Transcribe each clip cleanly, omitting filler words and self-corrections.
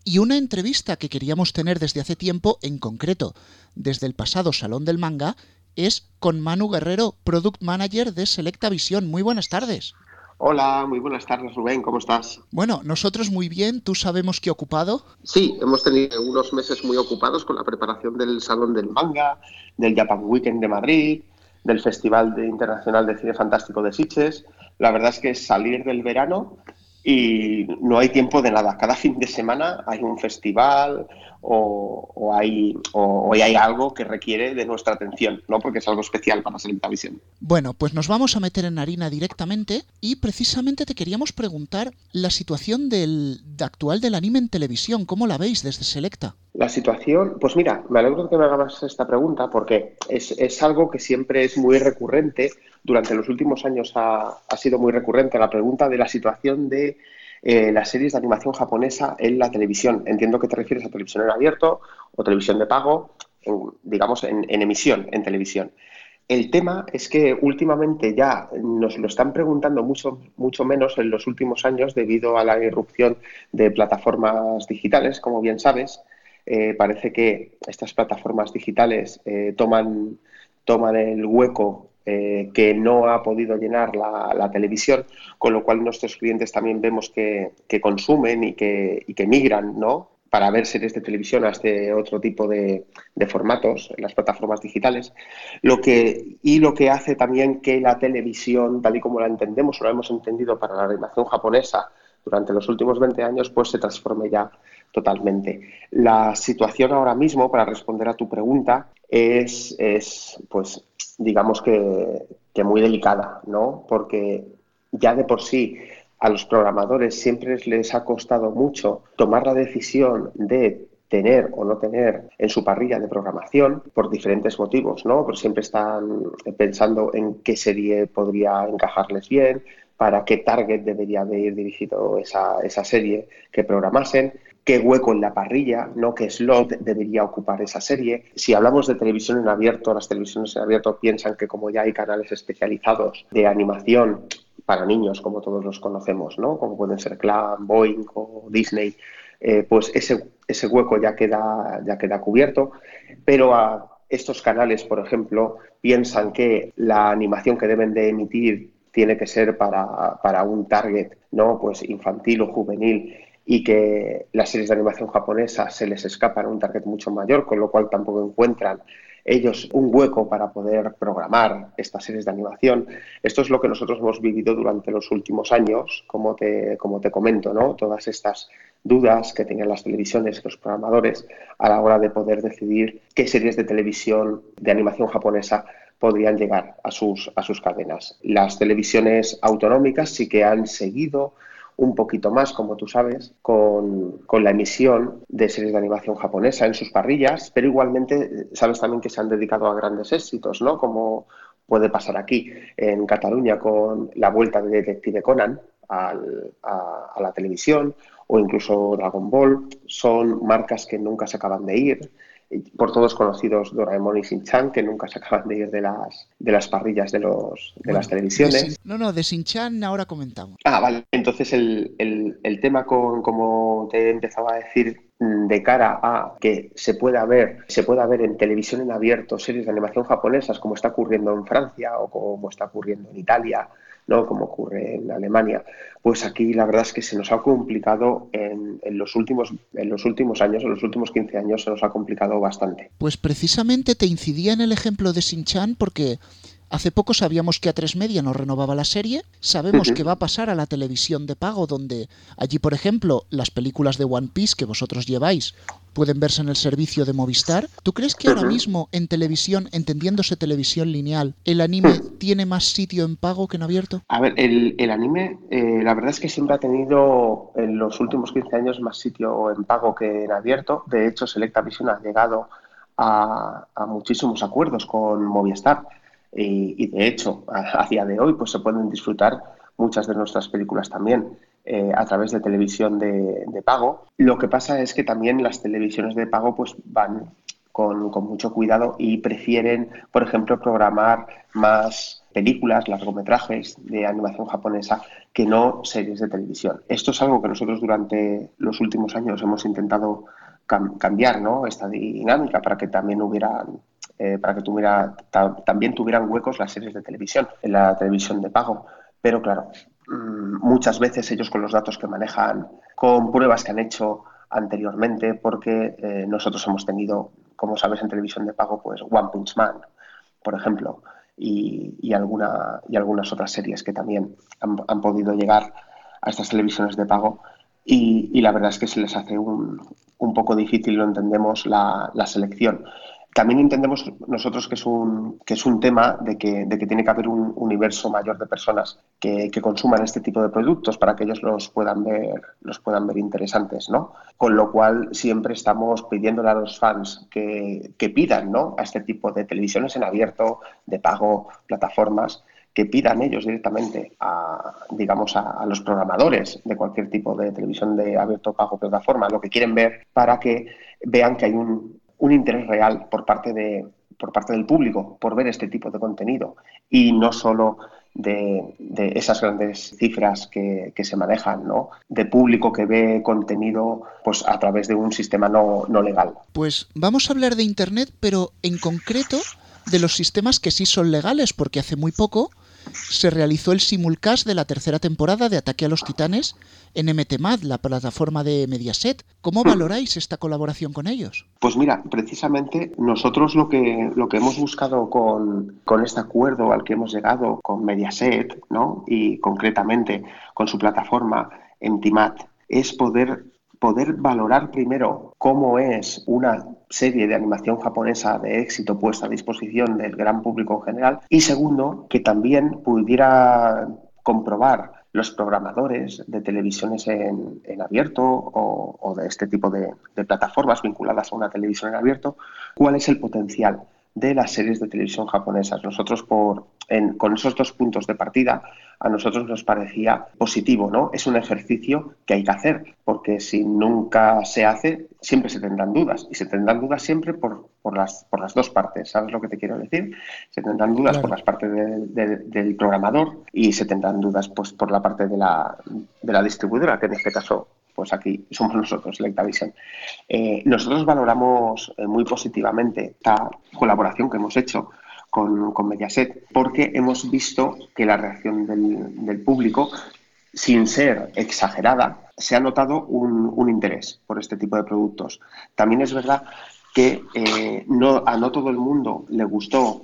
Y una entrevista que queríamos tener desde hace tiempo, en concreto, desde el pasado Salón del Manga, es con Manu Guerrero, Product Manager de Selecta Visión. Muy buenas tardes. Hola, muy buenas tardes, Rubén, ¿cómo estás? Bueno, nosotros muy bien, tú sabemos que ocupado. Sí, hemos tenido unos meses muy ocupados con la preparación del Salón del Manga, del Japan Weekend de Madrid, del Internacional de Cine Fantástico de Sitges. La verdad es que es salir del verano y no hay tiempo de nada. Cada fin de semana hay un festival o hay algo que requiere de nuestra atención, ¿no? Porque es algo especial para Selectavisión. Bueno, pues nos vamos a meter en harina directamente y precisamente te queríamos preguntar la situación actual del anime en televisión. ¿Cómo la veis desde Selecta? La situación, pues mira, me alegro de que me hagas esta pregunta porque es algo que siempre es muy recurrente. Durante los últimos años ha sido muy recurrente la pregunta de la situación de las series de animación japonesa en la televisión. Entiendo que te refieres a televisión en abierto o televisión de pago, digamos en emisión, en televisión. El tema es que últimamente ya nos lo están preguntando mucho, mucho menos en los últimos años debido a la irrupción de plataformas digitales, como bien sabes. Parece que estas plataformas digitales toman el hueco que no ha podido llenar la televisión, con lo cual nuestros clientes también vemos que consumen y que migran, ¿no? Para ver series de televisión a este otro tipo de formatos en las plataformas digitales. Lo que hace también que la televisión, tal y como la entendemos o la hemos entendido para la animación japonesa durante los últimos 20 años, pues se transforme ya totalmente. La situación ahora mismo, para responder a tu pregunta, es pues, digamos que muy delicada, ¿no? Porque ya de por sí a los programadores siempre les ha costado mucho tomar la decisión de tener o no tener en su parrilla de programación por diferentes motivos, ¿no? Pero siempre están pensando en qué serie podría encajarles bien, para qué target debería de ir dirigido esa serie que programasen, qué hueco en la parrilla, ¿no? Qué slot debería ocupar esa serie. Si hablamos de televisión en abierto, las televisiones en abierto piensan que como ya hay canales especializados de animación para niños, como todos los conocemos, ¿no? Como pueden ser Clan, Boeing o Disney, pues ese hueco ya queda cubierto, pero a estos canales, por ejemplo, piensan que la animación que deben de emitir tiene que ser para un target, ¿no? Pues infantil o juvenil, y que las series de animación japonesa se les escapan a un target mucho mayor, con lo cual tampoco encuentran ellos un hueco para poder programar estas series de animación. Esto es lo que nosotros hemos vivido durante los últimos años, como te comento, ¿no? Todas estas dudas que tenían las televisiones, los programadores, a la hora de poder decidir qué series de televisión de animación japonesa podrían llegar a sus cadenas. Las televisiones autonómicas sí que han seguido un poquito más, como tú sabes, con la emisión de series de animación japonesa en sus parrillas, pero igualmente sabes también que se han dedicado a grandes éxitos, ¿no? Como puede pasar aquí en Cataluña con la vuelta de Detective Conan a la televisión, o incluso Dragon Ball. Son marcas que nunca se acaban de ir. Por todos conocidos Doraemon y Shin-Chan, que nunca se acaban de ir de las parrillas de las Bueno, televisiones. de Shin-Chan ahora comentamos. Vale. Entonces el tema como te empezaba a decir, de cara a que se pueda ver en televisión en abierto series de animación japonesas, como está ocurriendo en Francia o como está ocurriendo en Italia, ¿no? Como ocurre en Alemania, pues aquí la verdad es que se nos ha complicado en los últimos años, en los últimos 15 años se nos ha complicado bastante. Pues precisamente te incidía en el ejemplo de Shin-Chan porque hace poco sabíamos que A3 Media no renovaba la serie, sabemos que va a pasar a la televisión de pago, donde allí, por ejemplo, las películas de One Piece que vosotros lleváis pueden verse en el servicio de Movistar. ¿Tú crees que ahora mismo en televisión, entendiéndose televisión lineal, el anime tiene más sitio en pago que en abierto? A ver, el anime, la verdad es que siempre ha tenido en los últimos 15 años más sitio en pago que en abierto. De hecho, Selecta Visión ha llegado a muchísimos acuerdos con Movistar y de hecho, a día de hoy, pues se pueden disfrutar muchas de nuestras películas también a través de televisión de pago. Lo que pasa es que también las televisiones de pago pues van con mucho cuidado y prefieren, por ejemplo, programar más películas, largometrajes de animación japonesa que no series de televisión. Esto es algo que nosotros durante los últimos años hemos intentado cambiar, ¿no? Esta dinámica para que también también tuvieran huecos las series de televisión en la televisión de pago. Pero claro, muchas veces ellos con los datos que manejan, con pruebas que han hecho anteriormente, porque nosotros hemos tenido, como sabes, en televisión de pago, pues One Punch Man, por ejemplo, y algunas otras series que también han podido llegar a estas televisiones de pago y la verdad es que se les hace un poco difícil, lo entendemos, la selección. También entendemos nosotros que es un tema de que tiene que haber un universo mayor de personas que consuman este tipo de productos para que ellos los puedan ver interesantes, ¿no? Con lo cual siempre estamos pidiéndole a los fans que pidan, ¿no? A este tipo de televisiones en abierto, de pago, plataformas, que pidan ellos directamente a los programadores de cualquier tipo de televisión de abierto, pago, plataforma, lo que quieren ver para que vean que hay un interés real por parte del público por ver este tipo de contenido y no solo de esas grandes cifras que se manejan, ¿no? De público que ve contenido pues a través de un sistema no legal. Pues vamos a hablar de Internet, pero en concreto de los sistemas que sí son legales, porque hace muy poco se realizó el simulcast de la tercera temporada de Ataque a los Titanes en MTMAD, la plataforma de Mediaset. ¿Cómo valoráis esta colaboración con ellos? Pues mira, precisamente nosotros lo que hemos buscado con este acuerdo al que hemos llegado con Mediaset, ¿no? Y concretamente con su plataforma MTMAD, es poder valorar primero cómo es una serie de animación japonesa de éxito puesta a disposición del gran público en general y segundo, que también pudiera comprobar los programadores de televisiones en abierto o de este tipo de plataformas vinculadas a una televisión en abierto, cuál es el potencial de las series de televisión japonesas. Nosotros, con esos dos puntos de partida, a nosotros nos parecía positivo, ¿no? Es un ejercicio que hay que hacer, porque si nunca se hace, siempre se tendrán dudas, y se tendrán dudas siempre por las dos partes, ¿sabes lo que te quiero decir? Se tendrán dudas Claro. por las partes del programador y se tendrán dudas pues por la parte de la distribuidora, que en este caso pues aquí somos nosotros, Selectavision. Nosotros valoramos muy positivamente esta colaboración que hemos hecho con Mediaset, porque hemos visto que la reacción del público, sin ser exagerada, se ha notado un interés por este tipo de productos. También es verdad que a no todo el mundo le gustó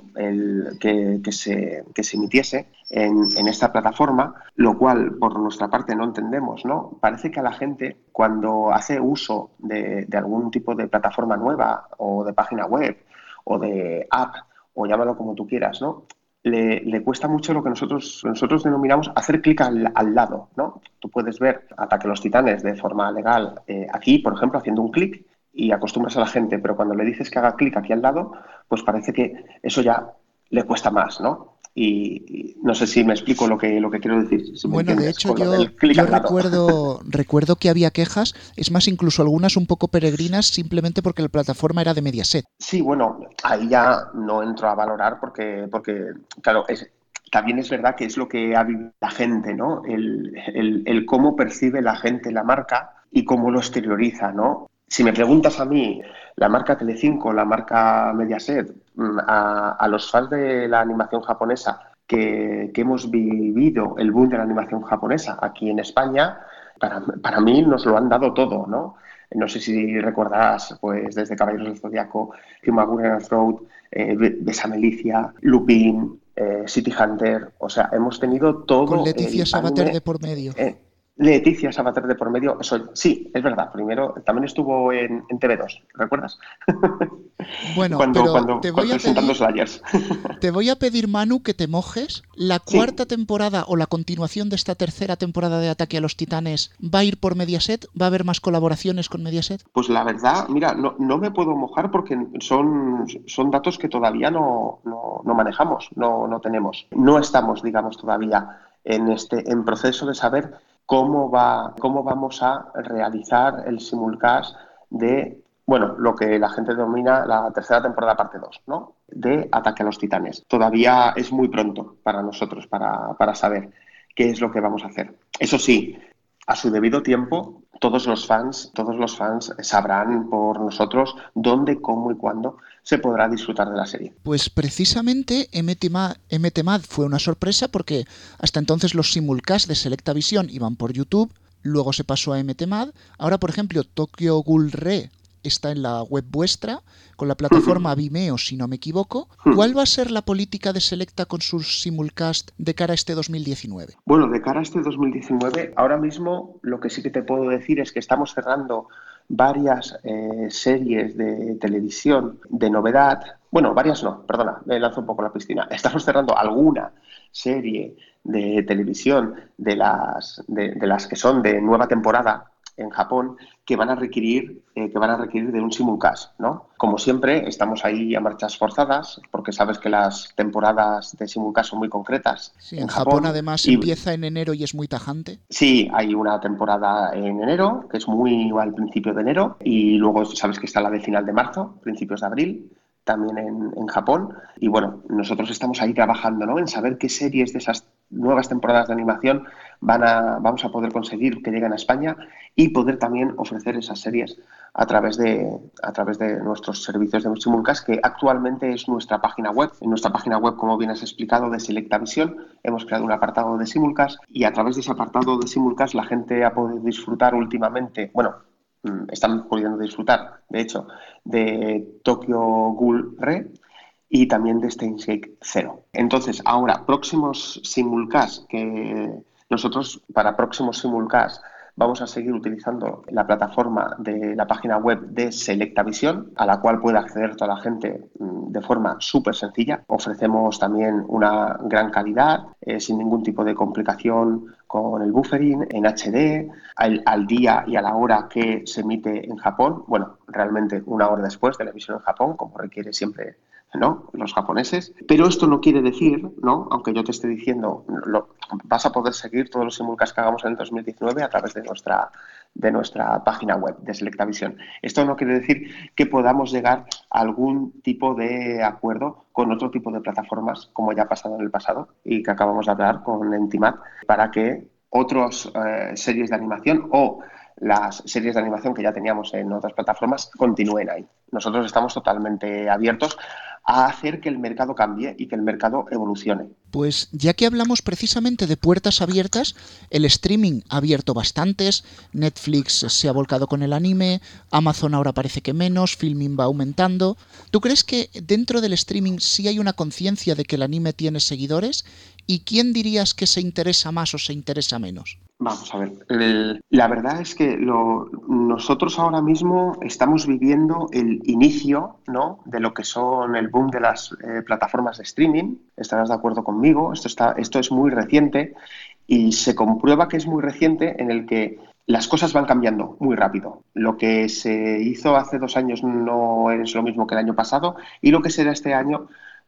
que se emitiese en esta plataforma, lo cual por nuestra parte no entendemos, ¿no? Parece que a la gente cuando hace uso de algún tipo de plataforma nueva o de página web o de app o llámalo como tú quieras, ¿no? Le cuesta mucho lo que nosotros denominamos hacer clic al lado, ¿no? Tú puedes ver Ataque a los Titanes de forma legal aquí, por ejemplo, haciendo un clic y acostumbras a la gente, pero cuando le dices que haga clic aquí al lado, pues parece que eso ya le cuesta más, ¿no? Y no sé si me explico lo que quiero decir. Si Bueno, de hecho yo recuerdo que había quejas, es más, incluso algunas un poco peregrinas, simplemente porque la plataforma era de Mediaset. Sí, bueno, ahí ya no entro a valorar porque claro, también es verdad que es lo que ha vivido la gente, ¿no? El cómo percibe la gente la marca y cómo lo exterioriza, ¿no? Si me preguntas a mí, la marca Telecinco, la marca Mediaset, a los fans de la animación japonesa que hemos vivido el boom de la animación japonesa aquí en España, para mí nos lo han dado todo, ¿no? No sé si recordarás, pues desde Caballeros del Zodiaco, Hyuga Road, Besame Alicia, Lupin, City Hunter, o sea, hemos tenido todo. Con Leticia Sabater de por medio. Leticia Sabater de por medio, eso, sí, es verdad. Primero, también estuvo en TV2, ¿recuerdas? Bueno, cuando te voy a presentando pedir, Slayers. te voy a pedir, Manu, que te mojes. ¿La cuarta temporada o la continuación de esta tercera temporada de Ataque a los Titanes va a ir por Mediaset? ¿Va a haber más colaboraciones con Mediaset? Pues la verdad, mira, no me puedo mojar porque son datos que todavía no manejamos, no tenemos. No estamos, digamos, todavía en proceso de saber cómo vamos a realizar el simulcast bueno, lo que la gente denomina la tercera temporada parte 2, ¿no? De Ataque a los Titanes. Todavía es muy pronto para nosotros para saber qué es lo que vamos a hacer. Eso sí, a su debido tiempo, todos los fans sabrán por nosotros dónde, cómo y cuándo se podrá disfrutar de la serie. Pues precisamente MTMAD fue una sorpresa porque hasta entonces los simulcasts de Selectavision iban por YouTube, luego se pasó a MTMAD, ahora por ejemplo Tokyo Ghoul Re está en la web vuestra, con la plataforma Vimeo si no me equivoco. ¿Cuál va a ser la política de Selecta con sus simulcast de cara a este 2019? Bueno, de cara a este 2019, ahora mismo lo que sí que te puedo decir es que estamos cerrando varias series de televisión de novedad. Bueno, varias no, perdona, me lanzo un poco a la piscina. Estamos cerrando alguna serie de televisión de las que son de nueva temporada en Japón que van a requerir de un simulcast, ¿no? Como siempre, estamos ahí a marchas forzadas porque sabes que las temporadas de simulcast son muy concretas Sí, en en Japón Japón. además Y empieza en enero y es muy tajante. sí, hay una temporada en enero, que es muy al principio de enero, y luego sabes que está la de final de marzo, principios de abril, también en Japón. Y bueno, nosotros estamos ahí trabajando, ¿no? En saber qué series de esas nuevas temporadas de animación vamos a poder conseguir que lleguen a España y poder también ofrecer esas series a través de nuestros servicios de simulcast, que actualmente es nuestra página web. En nuestra página web, como bien has explicado, de Selectavision, hemos creado un apartado de simulcast y a través de ese apartado de simulcast la gente ha podido disfrutar últimamente, bueno, están pudiendo disfrutar, de hecho, de Tokyo Ghoul Re y también de Steins Gate Zero. Entonces, ahora, próximos simulcast que nosotros, para próximos simulcast, vamos a seguir utilizando la plataforma de la página web de Selectavision, a la cual puede acceder toda la gente de forma súper sencilla. Ofrecemos también una gran calidad, sin ningún tipo de complicación con el buffering, en HD, al día y a la hora que se emite en Japón. Bueno, realmente una hora después de la emisión en Japón, como requiere siempre, ¿no?, los japoneses. Pero esto no quiere decir, ¿no?, aunque yo te esté diciendo, vas a poder seguir todos los simulcasts que hagamos en el 2019 a través de nuestra página web de Selectavision. Esto no quiere decir que podamos llegar a algún tipo de acuerdo con otro tipo de plataformas, como ya ha pasado en el pasado y que acabamos de hablar con Entimat, para que otras series de animación o las series de animación que ya teníamos en otras plataformas continúen ahí. Nosotros estamos totalmente abiertos a hacer que el mercado cambie y que el mercado evolucione. Pues ya que hablamos precisamente de puertas abiertas, el streaming ha abierto bastantes, Netflix se ha volcado con el anime, Amazon ahora parece que menos, Filmin va aumentando. ¿Tú crees que dentro del streaming sí hay una conciencia de que el anime tiene seguidores? ¿Y quién dirías que se interesa más o se interesa menos? Vamos a ver, la verdad es que nosotros ahora mismo estamos viviendo el inicio, ¿no?, de lo que son el boom de las plataformas de streaming. Estarás de acuerdo conmigo, esto es muy reciente y se comprueba que es muy reciente en el que las cosas van cambiando muy rápido. Lo que se hizo hace 2 años no es lo mismo que el año pasado y lo que será este año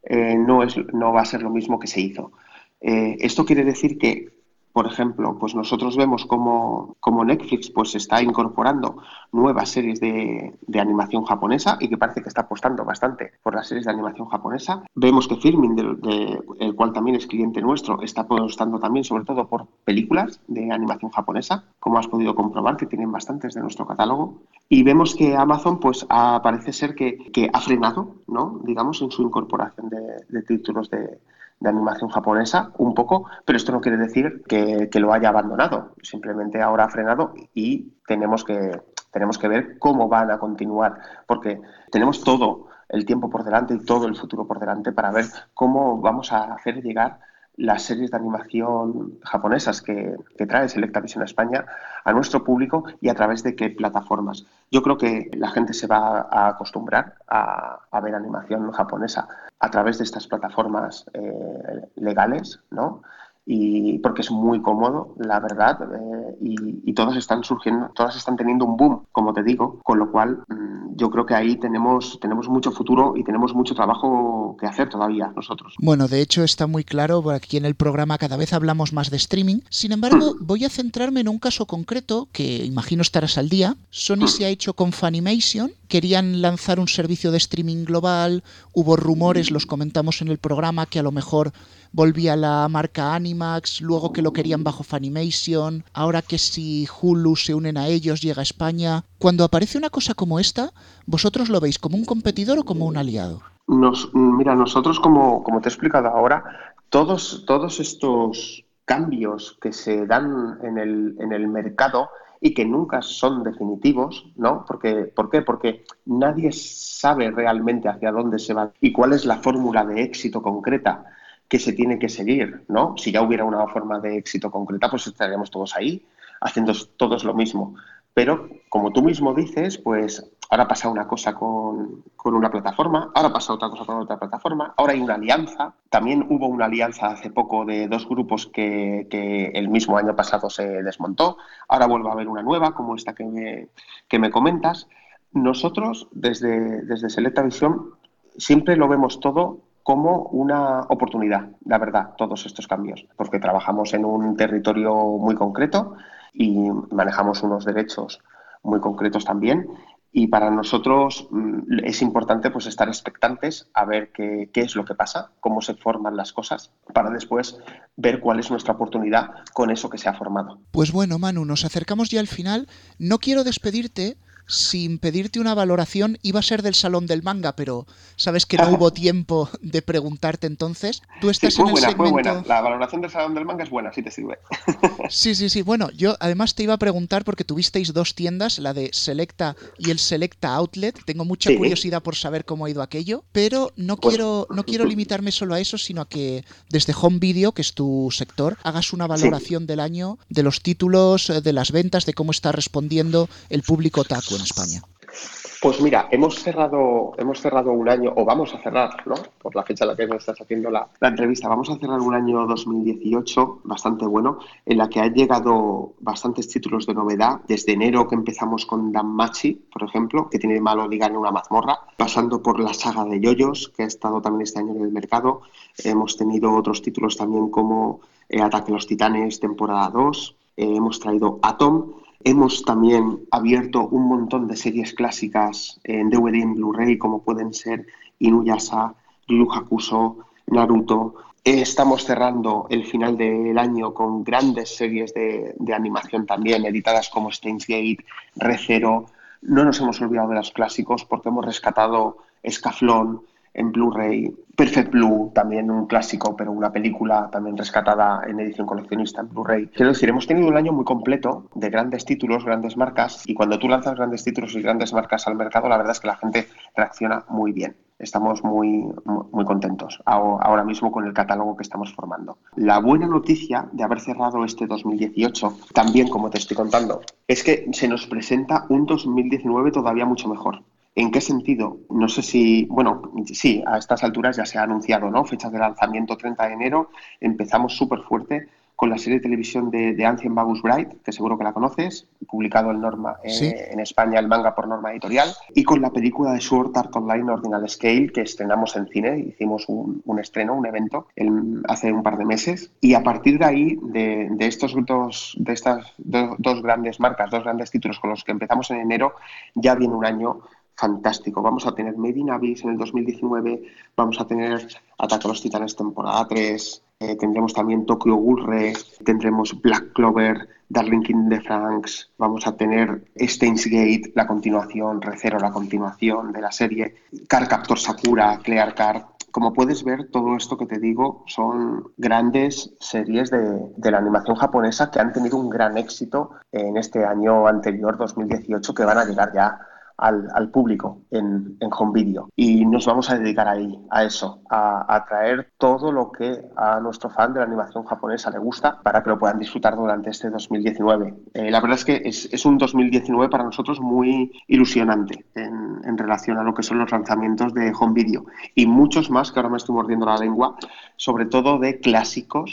no va a ser lo mismo que se hizo. Esto quiere decir que, por ejemplo, pues nosotros vemos como Netflix pues está incorporando nuevas series de animación japonesa y que parece que está apostando bastante por las series de animación japonesa. Vemos que Filmin, el cual también es cliente nuestro, está apostando también sobre todo por películas de animación japonesa, como has podido comprobar, que tienen bastantes de nuestro catálogo. Y vemos que Amazon pues parece ser que ha frenado, ¿no?, digamos, en su incorporación de títulos de animación japonesa un poco, pero esto no quiere decir que lo haya abandonado, simplemente ahora ha frenado y tenemos que ver cómo van a continuar, porque tenemos todo el tiempo por delante y todo el futuro por delante para ver cómo vamos a hacer llegar las series de animación japonesas que trae Selectavision a España a nuestro público y a través de qué plataformas. Yo creo que la gente se va a acostumbrar a ver animación japonesa a través de estas plataformas legales, ¿no? Y porque es muy cómodo, la verdad, y todas están surgiendo, todas están teniendo un boom, como te digo, con lo cual yo creo que ahí tenemos mucho futuro y tenemos mucho trabajo que hacer todavía nosotros. Bueno, de hecho está muy claro, aquí en el programa cada vez hablamos más de streaming. Sin embargo, voy a centrarme en un caso concreto que imagino estarás al día. Sony se ha hecho con Funimation, querían lanzar un servicio de streaming global, hubo rumores, los comentamos en el programa, que a lo mejor volvía la marca Animax, luego que lo querían bajo Funimation, ahora que si Hulu se unen a ellos llega a España. Cuando aparece una cosa como esta, ¿vosotros lo veis como un competidor o como un aliado? Mira, nosotros, como te he explicado ahora, todos estos cambios que se dan en el mercado y que nunca son definitivos, ¿no? ¿Por qué? Porque nadie sabe realmente hacia dónde se va y cuál es la fórmula de éxito concreta que se tiene que seguir, ¿no? Si ya hubiera una forma de éxito concreta, pues estaríamos todos ahí, haciendo todos lo mismo. Pero, como tú mismo dices, pues ahora pasa una cosa con una plataforma, ahora pasa otra cosa con otra plataforma, ahora hay una alianza. También hubo una alianza hace poco de dos grupos que el mismo año pasado se desmontó. Ahora vuelve a haber una nueva, como esta que me comentas. Nosotros, desde Selecta Visión, siempre lo vemos todo como una oportunidad, la verdad, todos estos cambios, porque trabajamos en un territorio muy concreto y manejamos unos derechos muy concretos también. Y para nosotros es importante pues estar expectantes a ver qué es lo que pasa, cómo se forman las cosas, para después ver cuál es nuestra oportunidad con eso que se ha formado. Pues bueno, Manu, nos acercamos ya al final. No quiero despedirte sin pedirte una valoración. Iba a ser del Salón del Manga, pero sabes que no hubo tiempo de preguntarte entonces. Tú estás en el segmento... Fue buena. La valoración del Salón del Manga es buena, sí te sirve. Sí. Bueno, yo además te iba a preguntar porque tuvisteis dos tiendas, la de Selecta y el Selecta Outlet. Tengo mucha curiosidad por saber cómo ha ido aquello, pero no quiero limitarme solo a eso, sino a que desde Home Video, que es tu sector, hagas una valoración del año, de los títulos, de las ventas, de cómo está respondiendo el público otaku en España. Pues mira, hemos cerrado un año, o vamos a cerrar, ¿no? Por la fecha en la que nos estás haciendo la entrevista, vamos a cerrar un año 2018 bastante bueno, en la que han llegado bastantes títulos de novedad, desde enero que empezamos con Danmachi, por ejemplo, que tiene malo ligar en una mazmorra, pasando por la saga de Yoyos, que ha estado también este año en el mercado. Hemos tenido otros títulos también como Ataque a los Titanes, temporada 2, hemos traído Atom. Hemos también abierto un montón de series clásicas en DVD y en Blu-ray, como pueden ser Inuyasha, Yu Yu Hakusho, Naruto. Estamos cerrando el final del año con grandes series de animación también, editadas como Steins Gate, Re:Zero. No nos hemos olvidado de los clásicos porque hemos rescatado Escaflón en Blu-ray, Perfect Blue, también un clásico, pero una película también rescatada en edición coleccionista en Blu-ray. Quiero decir, hemos tenido un año muy completo de grandes títulos, grandes marcas, y cuando tú lanzas grandes títulos y grandes marcas al mercado, la verdad es que la gente reacciona muy bien. Estamos muy contentos ahora mismo con el catálogo que estamos formando. La buena noticia de haber cerrado este 2018, también como te estoy contando, es que se nos presenta un 2019 todavía mucho mejor. ¿En qué sentido? No sé si, bueno, sí, a estas alturas ya se ha anunciado, ¿no? Fechas de lanzamiento 30 de enero, empezamos súper fuerte con la serie de televisión de Ancient Magus Bright, que seguro que la conoces, publicado en España el manga por Norma Editorial, y con la película de Sword Art Online Ordinal Scale, que estrenamos en cine, hicimos un estreno, un evento, hace un par de meses, y a partir de ahí, de estas dos grandes marcas, dos grandes títulos con los que empezamos en enero, ya viene un año fantástico. Vamos a tener Made in Abyss en el 2019, vamos a tener Ataque a los Titanes temporada 3, tendremos también Tokyo Ghoul Re, tendremos Black Clover, Darling in the Franxx, vamos a tener Steins Gate, la continuación, Re:Zero, la continuación de la serie, Cardcaptor Sakura, Clear Card. Como puedes ver, todo esto que te digo son grandes series de la animación japonesa que han tenido un gran éxito en este año anterior, 2018, que van a llegar ya al público en Home Video. Y nos vamos a dedicar ahí, a eso, a traer todo lo que a nuestro fan de la animación japonesa le gusta para que lo puedan disfrutar durante este 2019. La verdad es que es un 2019 para nosotros muy ilusionante en relación a lo que son los lanzamientos de Home Video. Y muchos más, que ahora me estoy mordiendo la lengua, sobre todo de clásicos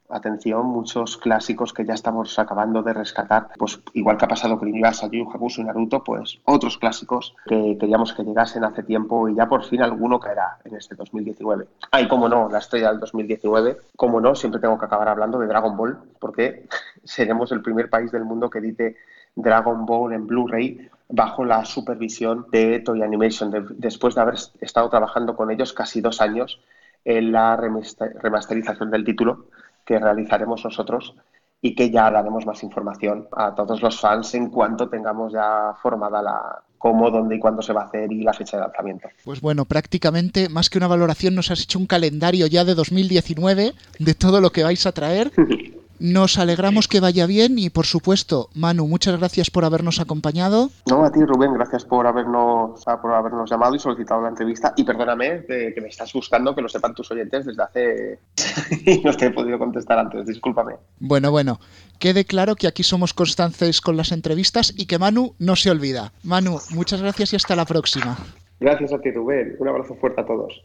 atención, muchos clásicos que ya estamos acabando de rescatar, pues igual que ha pasado con Inuyasha, Yu Yu Hakusho y Naruto, pues otros clásicos que queríamos que llegasen hace tiempo y ya por fin alguno caerá en este 2019. Ah, y cómo no, la estrella del 2019, cómo no, siempre tengo que acabar hablando de Dragon Ball, porque seremos el primer país del mundo que edite Dragon Ball en Blu-ray bajo la supervisión de Toei Animation, después de haber estado trabajando con ellos casi 2 años en la remasterización del título que realizaremos nosotros y que ya daremos más información a todos los fans en cuanto tengamos ya formada la cómo, dónde y cuándo se va a hacer y la fecha de lanzamiento. Pues bueno, prácticamente más que una valoración nos has hecho un calendario ya de 2019 de todo lo que vais a traer. Nos alegramos que vaya bien y, por supuesto, Manu, muchas gracias por habernos acompañado. No, a ti, Rubén, gracias por habernos llamado y solicitado la entrevista. Y perdóname que me estás buscando, que lo sepan tus oyentes desde hace... y no te he podido contestar antes, discúlpame. Bueno, quede claro que aquí somos constantes con las entrevistas y que Manu no se olvida. Manu, muchas gracias y hasta la próxima. Gracias a ti, Rubén. Un abrazo fuerte a todos.